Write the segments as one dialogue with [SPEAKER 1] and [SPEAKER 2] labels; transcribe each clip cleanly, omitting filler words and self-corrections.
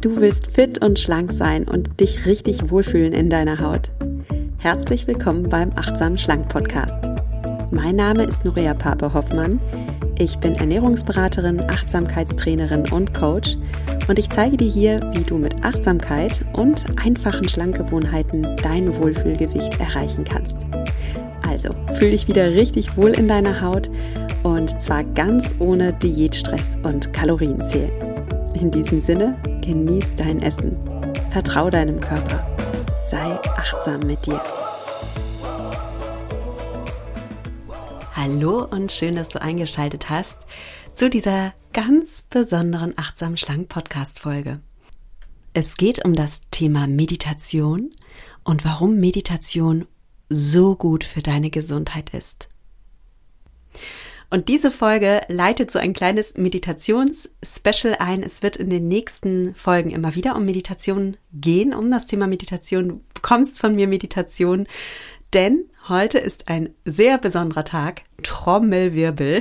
[SPEAKER 1] Du willst fit und schlank sein und dich richtig wohlfühlen in deiner Haut. Herzlich willkommen beim Achtsam Schlank Podcast. Mein Name ist Nuria Pape-Hoffmann. Ich bin Ernährungsberaterin, Achtsamkeitstrainerin und Coach und ich zeige dir hier, wie du mit Achtsamkeit und einfachen Schlankgewohnheiten dein Wohlfühlgewicht erreichen kannst. Also, fühl dich wieder richtig wohl in deiner Haut und zwar ganz ohne Diätstress und Kalorienzählen. In diesem Sinne, genieß dein Essen, vertrau deinem Körper, sei achtsam mit dir. Hallo und schön, dass du eingeschaltet hast zu dieser ganz besonderen Achtsam Schlank Podcast Folge. Es geht um das Thema Meditation und warum Meditation so gut für deine Gesundheit ist. Und diese Folge leitet so ein kleines Meditations-Special ein. Es wird in den nächsten Folgen immer wieder um Meditation gehen, um das Thema Meditation. Du bekommst von mir Meditation, denn heute ist ein sehr besonderer Tag. Trommelwirbel.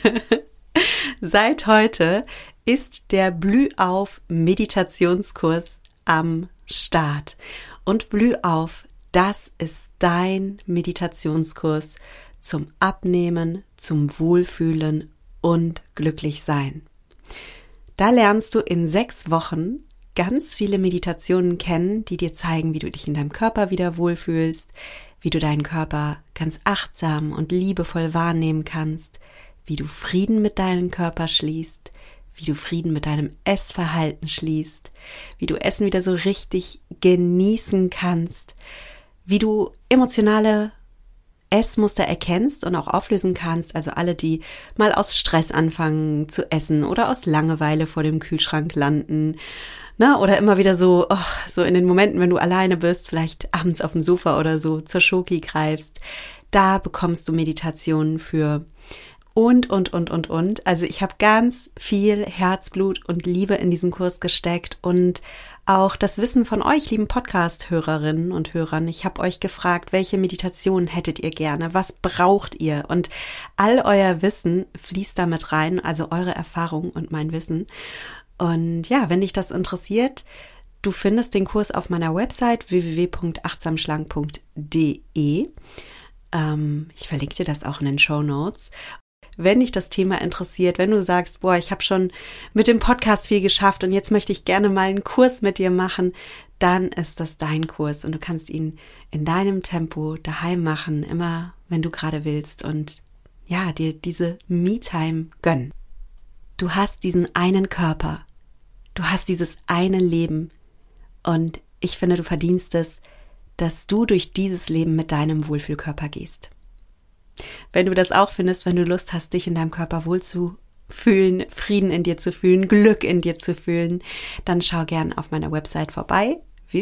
[SPEAKER 1] Seit heute ist der Blühauf Meditationskurs am Start. Und Blühauf, das ist dein Meditationskurs zum Abnehmen, zum Wohlfühlen und Glücklichsein. Da lernst du in 6 Wochen ganz viele Meditationen kennen, die dir zeigen, wie du dich in deinem Körper wieder wohlfühlst, wie du deinen Körper ganz achtsam und liebevoll wahrnehmen kannst, wie du Frieden mit deinem Körper schließt, wie du Frieden mit deinem Essverhalten schließt, wie du Essen wieder so richtig genießen kannst, wie du emotionale Essmuster erkennst und auch auflösen kannst, also alle, die mal aus Stress anfangen zu essen oder aus Langeweile vor dem Kühlschrank landen, oder immer wieder so in den Momenten, wenn du alleine bist, vielleicht abends auf dem Sofa oder so zur Schoki greifst, da bekommst du Meditationen für und. Also ich habe ganz viel Herzblut und Liebe in diesen Kurs gesteckt und auch das Wissen von euch, lieben Podcast-Hörerinnen und Hörern. Ich habe euch gefragt, welche Meditation hättet ihr gerne? Was braucht ihr? Und all euer Wissen fließt damit rein, also eure Erfahrung und mein Wissen. Und ja, wenn dich das interessiert, du findest den Kurs auf meiner Website www.achtsamschlank.de. Ich verlinke dir das auch in den Shownotes. Wenn dich das Thema interessiert, wenn du sagst, ich habe schon mit dem Podcast viel geschafft und jetzt möchte ich gerne mal einen Kurs mit dir machen, dann ist das dein Kurs und du kannst ihn in deinem Tempo daheim machen, immer wenn du gerade willst und ja, dir diese Me-Time gönnen. Du hast diesen einen Körper, du hast dieses eine Leben und ich finde, du verdienst es, dass du durch dieses Leben mit deinem Wohlfühlkörper gehst. Wenn du das auch findest, wenn du Lust hast, dich in deinem Körper wohl zu fühlen, Frieden in dir zu fühlen, Glück in dir zu fühlen, dann schau gern auf meiner Website vorbei,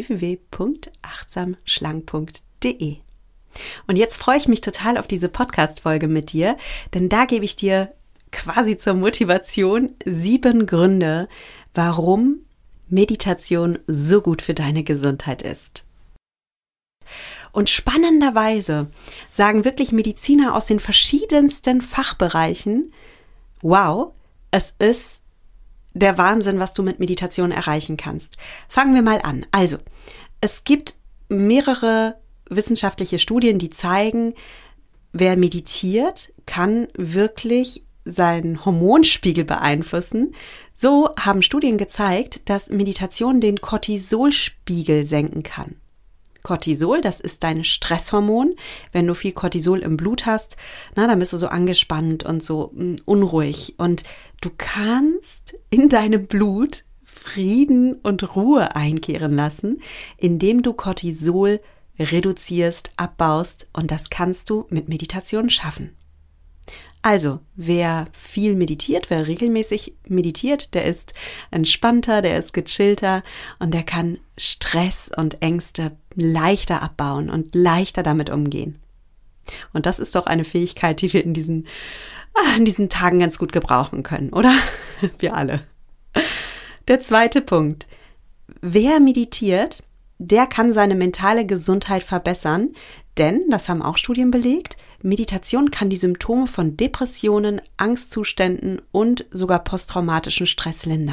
[SPEAKER 1] www.achtsamschlank.de. Und jetzt freue ich mich total auf diese Podcast-Folge mit dir, denn da gebe ich dir quasi zur Motivation 7 Gründe, warum Meditation so gut für deine Gesundheit ist. Und spannenderweise sagen wirklich Mediziner aus den verschiedensten Fachbereichen, wow, es ist der Wahnsinn, was du mit Meditation erreichen kannst. Fangen wir mal an. Also, es gibt mehrere wissenschaftliche Studien, die zeigen, wer meditiert, kann wirklich seinen Hormonspiegel beeinflussen. So haben Studien gezeigt, dass Meditation den Cortisolspiegel senken kann. Cortisol, das ist dein Stresshormon. Wenn du viel Cortisol im Blut hast, dann bist du so angespannt und so unruhig. Und du kannst in deinem Blut Frieden und Ruhe einkehren lassen, indem du Cortisol reduzierst, abbaust. Und das kannst du mit Meditation schaffen. Also, wer viel meditiert, wer regelmäßig meditiert, der ist entspannter, der ist gechillter und der kann Stress und Ängste leichter abbauen und leichter damit umgehen. Und das ist doch eine Fähigkeit, die wir in diesen Tagen ganz gut gebrauchen können, oder? Wir alle. Der zweite Punkt. Wer meditiert, der kann seine mentale Gesundheit verbessern, denn, das haben auch Studien belegt, Meditation kann die Symptome von Depressionen, Angstzuständen und sogar posttraumatischen Stress lindern.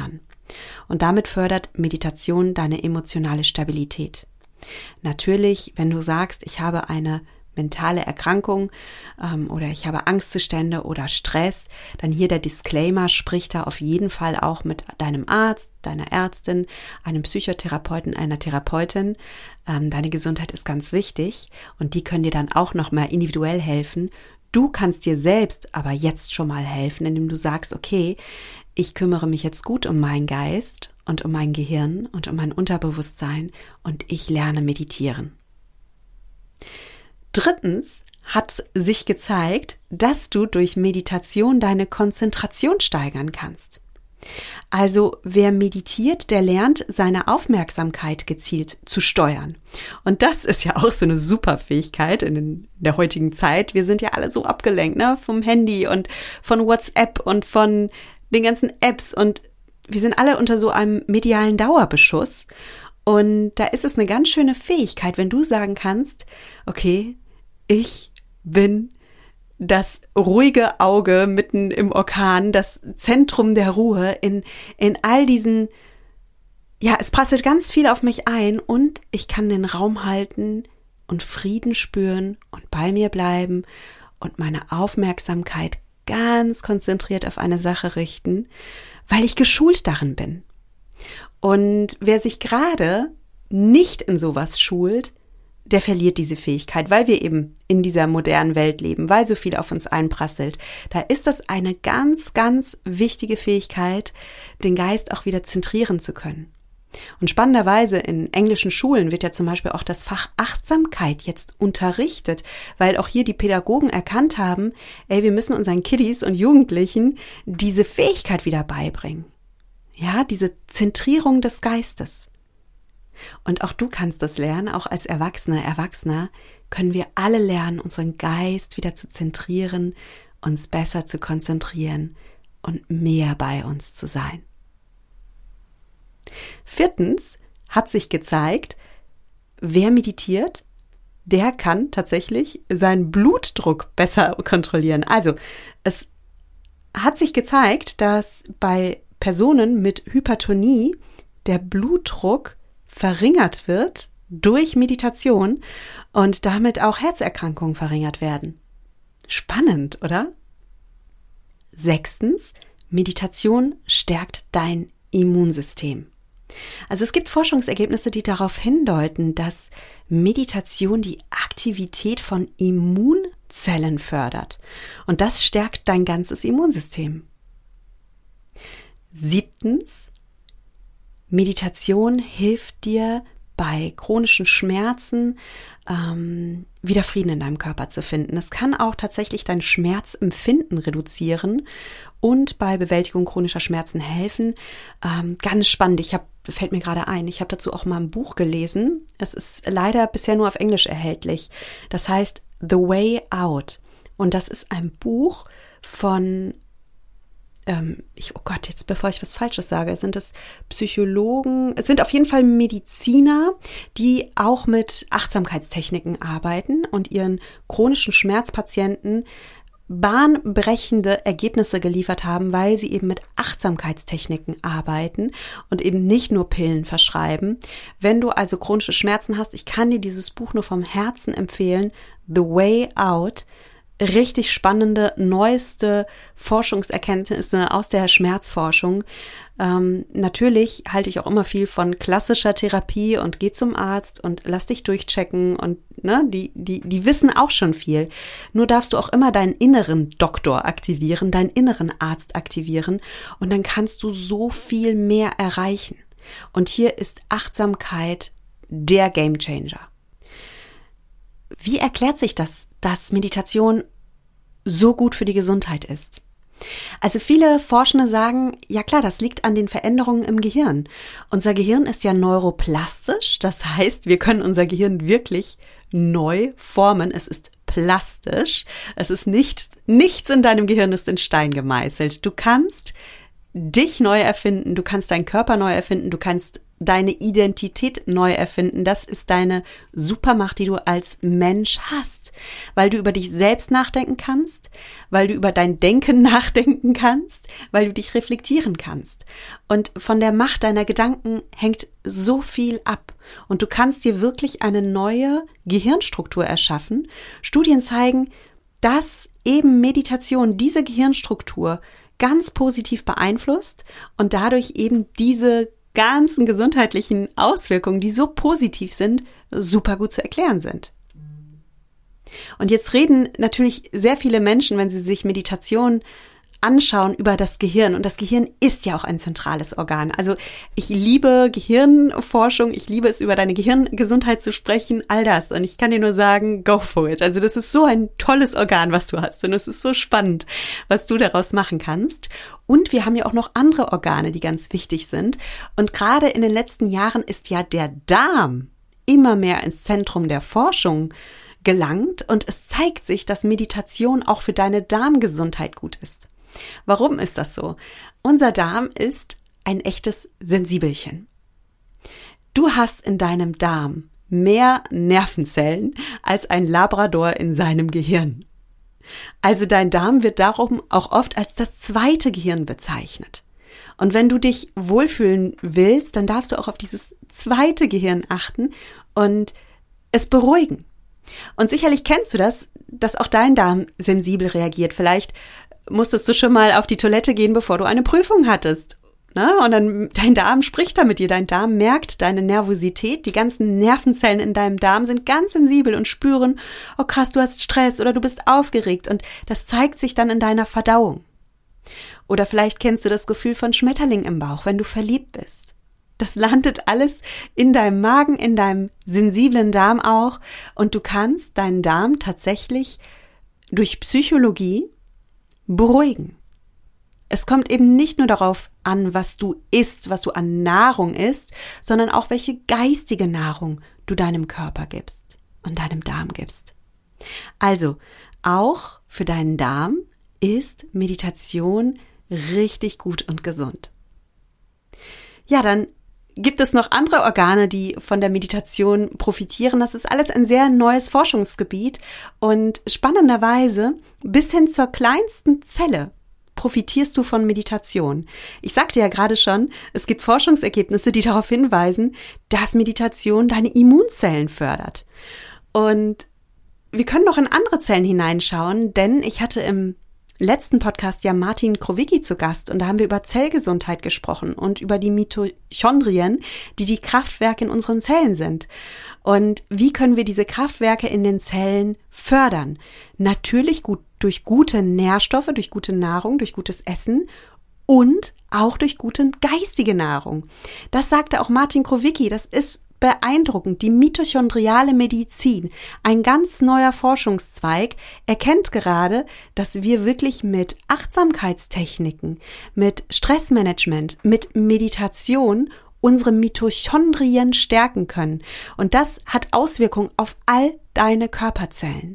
[SPEAKER 1] Und damit fördert Meditation deine emotionale Stabilität. Natürlich, wenn du sagst, ich habe eine mentale Erkrankung oder ich habe Angstzustände oder Stress, dann hier der Disclaimer, sprich da auf jeden Fall auch mit deinem Arzt, deiner Ärztin, einem Psychotherapeuten, einer Therapeutin. Deine Gesundheit ist ganz wichtig und die können dir dann auch nochmal individuell helfen. Du kannst dir selbst aber jetzt schon mal helfen, indem du sagst, okay, ich kümmere mich jetzt gut um meinen Geist und um mein Gehirn und um mein Unterbewusstsein und ich lerne meditieren. Drittens hat sich gezeigt, dass du durch Meditation deine Konzentration steigern kannst. Also wer meditiert, der lernt, seine Aufmerksamkeit gezielt zu steuern. Und das ist ja auch so eine super Fähigkeit in der heutigen Zeit. Wir sind ja alle so abgelenkt, ne? Vom Handy und von WhatsApp und von den ganzen Apps und wir sind alle unter so einem medialen Dauerbeschuss. Und da ist es eine ganz schöne Fähigkeit, wenn du sagen kannst, okay, ich bin das ruhige Auge mitten im Orkan, das Zentrum der Ruhe in all diesen, ja, es prasselt ganz viel auf mich ein und ich kann den Raum halten und Frieden spüren und bei mir bleiben und meine Aufmerksamkeit ganz konzentriert auf eine Sache richten, weil ich geschult darin bin. Und wer sich gerade nicht in sowas schult, der verliert diese Fähigkeit, weil wir eben in dieser modernen Welt leben, weil so viel auf uns einprasselt. Da ist das eine ganz, ganz wichtige Fähigkeit, den Geist auch wieder zentrieren zu können. Und spannenderweise in englischen Schulen wird ja zum Beispiel auch das Fach Achtsamkeit jetzt unterrichtet, weil auch hier die Pädagogen erkannt haben, wir müssen unseren Kiddies und Jugendlichen diese Fähigkeit wieder beibringen. Ja, diese Zentrierung des Geistes. Und auch du kannst das lernen, auch als Erwachsener können wir alle lernen, unseren Geist wieder zu zentrieren, uns besser zu konzentrieren und mehr bei uns zu sein. Viertens hat sich gezeigt, wer meditiert, der kann tatsächlich seinen Blutdruck besser kontrollieren. Also es hat sich gezeigt, dass bei Personen mit Hypertonie der Blutdruck verringert wird durch Meditation und damit auch Herzerkrankungen verringert werden. Spannend, oder? Sechstens, Meditation stärkt dein Immunsystem. Also es gibt Forschungsergebnisse, die darauf hindeuten, dass Meditation die Aktivität von Immunzellen fördert. Und das stärkt dein ganzes Immunsystem. Siebtens, Meditation hilft dir bei chronischen Schmerzen wieder Frieden in deinem Körper zu finden. Es kann auch tatsächlich dein Schmerzempfinden reduzieren und bei Bewältigung chronischer Schmerzen helfen. Ganz spannend, fällt mir gerade ein, ich habe dazu auch mal ein Buch gelesen. Es ist leider bisher nur auf Englisch erhältlich. Das heißt The Way Out. Und das ist ein Buch von jetzt bevor ich was Falsches sage, sind es Psychologen, es sind auf jeden Fall Mediziner, die auch mit Achtsamkeitstechniken arbeiten und ihren chronischen Schmerzpatienten bahnbrechende Ergebnisse geliefert haben, weil sie eben mit Achtsamkeitstechniken arbeiten und eben nicht nur Pillen verschreiben. Wenn du also chronische Schmerzen hast, ich kann dir dieses Buch nur vom Herzen empfehlen, The Way Out. Richtig spannende, neueste Forschungserkenntnisse aus der Schmerzforschung. Natürlich halte ich auch immer viel von klassischer Therapie und geh zum Arzt und lass dich durchchecken und die wissen auch schon viel. Nur darfst du auch immer deinen inneren Doktor aktivieren, deinen inneren Arzt aktivieren und dann kannst du so viel mehr erreichen. Und hier ist Achtsamkeit der Gamechanger. Wie erklärt sich das, dass Meditation so gut für die Gesundheit ist? Also viele Forschende sagen, ja klar, das liegt an den Veränderungen im Gehirn. Unser Gehirn ist ja neuroplastisch, das heißt, wir können unser Gehirn wirklich neu formen. Es ist plastisch, es ist nichts in deinem Gehirn ist in Stein gemeißelt. Du kannst dich neu erfinden, du kannst deinen Körper neu erfinden, du kannst deine Identität neu erfinden. Das ist deine Supermacht, die du als Mensch hast, weil du über dich selbst nachdenken kannst, weil du über dein Denken nachdenken kannst, weil du dich reflektieren kannst. Und von der Macht deiner Gedanken hängt so viel ab. Und du kannst dir wirklich eine neue Gehirnstruktur erschaffen. Studien zeigen, dass eben Meditation diese Gehirnstruktur ganz positiv beeinflusst und dadurch eben diese ganzen gesundheitlichen Auswirkungen, die so positiv sind, super gut zu erklären sind. Und jetzt reden natürlich sehr viele Menschen, wenn sie sich Meditation anschauen, über das Gehirn. Und das Gehirn ist ja auch ein zentrales Organ. Also ich liebe Gehirnforschung, ich liebe es, über deine Gehirngesundheit zu sprechen, all das. Und ich kann dir nur sagen, go for it. Also das ist so ein tolles Organ, was du hast. Und es ist so spannend, was du daraus machen kannst. Und wir haben ja auch noch andere Organe, die ganz wichtig sind. Und gerade in den letzten Jahren ist ja der Darm immer mehr ins Zentrum der Forschung gelangt. Und es zeigt sich, dass Meditation auch für deine Darmgesundheit gut ist. Warum ist das so? Unser Darm ist ein echtes Sensibelchen. Du hast in deinem Darm mehr Nervenzellen als ein Labrador in seinem Gehirn. Also dein Darm wird darum auch oft als das zweite Gehirn bezeichnet. Und wenn du dich wohlfühlen willst, dann darfst du auch auf dieses zweite Gehirn achten und es beruhigen. Und sicherlich kennst du das, dass auch dein Darm sensibel reagiert. Vielleicht musstest du schon mal auf die Toilette gehen, bevor du eine Prüfung hattest. Na? Und dann dein Darm spricht da mit dir. Dein Darm merkt deine Nervosität. Die ganzen Nervenzellen in deinem Darm sind ganz sensibel und spüren, oh krass, du hast Stress oder du bist aufgeregt. Und das zeigt sich dann in deiner Verdauung. Oder vielleicht kennst du das Gefühl von Schmetterling im Bauch, wenn du verliebt bist. Das landet alles in deinem Magen, in deinem sensiblen Darm auch. Und du kannst deinen Darm tatsächlich durch Psychologie beruhigen. Es kommt eben nicht nur darauf an, was du isst, was du an Nahrung isst, sondern auch welche geistige Nahrung du deinem Körper gibst und deinem Darm gibst. Also, auch für deinen Darm ist Meditation richtig gut und gesund. Ja, dann gibt es noch andere Organe, die von der Meditation profitieren. Das ist alles ein sehr neues Forschungsgebiet und spannenderweise bis hin zur kleinsten Zelle profitierst du von Meditation. Ich sagte ja gerade schon, es gibt Forschungsergebnisse, die darauf hinweisen, dass Meditation deine Immunzellen fördert. Und wir können noch in andere Zellen hineinschauen, denn ich hatte im letzten Podcast ja Martin Krowicki zu Gast und da haben wir über Zellgesundheit gesprochen und über die Mitochondrien, die die Kraftwerke in unseren Zellen sind. Und wie können wir diese Kraftwerke in den Zellen fördern? Natürlich gut durch gute Nährstoffe, durch gute Nahrung, durch gutes Essen und auch durch gute geistige Nahrung. Das sagte auch Martin Krowicki, das ist beeindruckend. Die mitochondriale Medizin, ein ganz neuer Forschungszweig, erkennt gerade, dass wir wirklich mit Achtsamkeitstechniken, mit Stressmanagement, mit Meditation unsere Mitochondrien stärken können. Und das hat Auswirkungen auf all deine Körperzellen.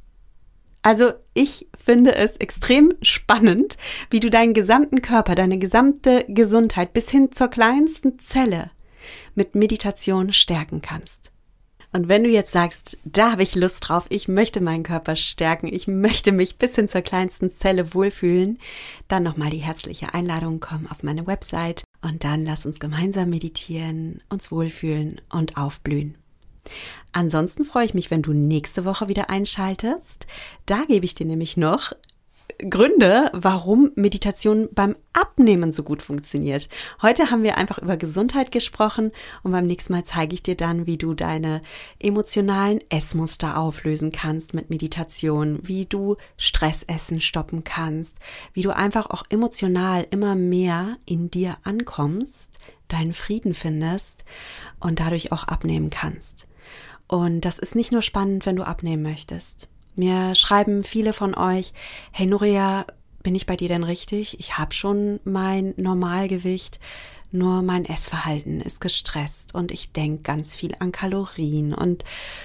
[SPEAKER 1] Also ich finde es extrem spannend, wie du deinen gesamten Körper, deine gesamte Gesundheit bis hin zur kleinsten Zelle mit Meditation stärken kannst. Und wenn du jetzt sagst, da habe ich Lust drauf, ich möchte meinen Körper stärken, ich möchte mich bis hin zur kleinsten Zelle wohlfühlen, dann nochmal die herzliche Einladung, komm auf meine Website und dann lass uns gemeinsam meditieren, uns wohlfühlen und aufblühen. Ansonsten freue ich mich, wenn du nächste Woche wieder einschaltest. Da gebe ich dir nämlich noch Gründe, warum Meditation beim Abnehmen so gut funktioniert. Heute haben wir einfach über Gesundheit gesprochen und beim nächsten Mal zeige ich dir dann, wie du deine emotionalen Essmuster auflösen kannst mit Meditation, wie du Stressessen stoppen kannst, wie du einfach auch emotional immer mehr in dir ankommst, deinen Frieden findest und dadurch auch abnehmen kannst. Und das ist nicht nur spannend, wenn du abnehmen möchtest. Mir schreiben viele von euch, hey Nuria, bin ich bei dir denn richtig? Ich habe schon mein Normalgewicht, nur mein Essverhalten ist gestresst und ich denke ganz viel an Kalorien und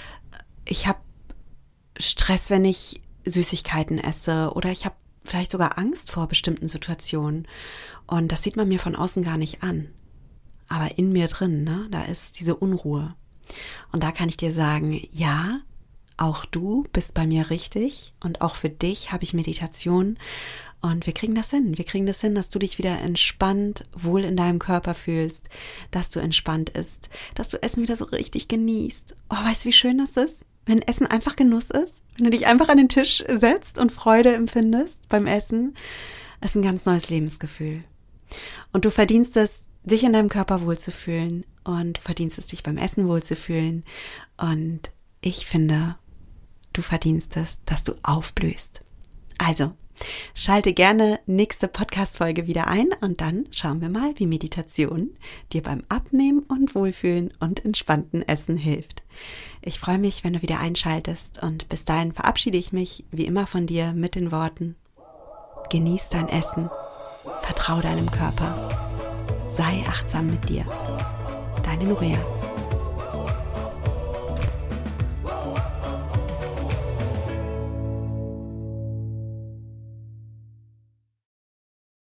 [SPEAKER 1] ich habe Stress, wenn ich Süßigkeiten esse oder ich habe vielleicht sogar Angst vor bestimmten Situationen und das sieht man mir von außen gar nicht an. aber in mir drin, ne, da ist diese Unruhe. Und da kann ich dir sagen, ja, auch du bist bei mir richtig und auch für dich habe ich Meditation und wir kriegen das hin. Wir kriegen das hin, dass du dich wieder entspannt, wohl in deinem Körper fühlst, dass du entspannt isst, dass du Essen wieder so richtig genießt. Oh, weißt du, wie schön das ist? Wenn Essen einfach Genuss ist, wenn du dich einfach an den Tisch setzt und Freude empfindest beim Essen, ist ein ganz neues Lebensgefühl. Und du verdienst es, dich in deinem Körper wohlzufühlen und verdienst es, dich beim Essen wohlzufühlen. Und ich finde, du verdienst es, dass du aufblühst. Also, schalte gerne nächste Podcast-Folge wieder ein und dann schauen wir mal, wie Meditation dir beim Abnehmen und Wohlfühlen und entspannten Essen hilft. Ich freue mich, wenn du wieder einschaltest und bis dahin verabschiede ich mich wie immer von dir mit den Worten: Genieß dein Essen, vertrau deinem Körper, sei achtsam mit dir. Deine Nuria.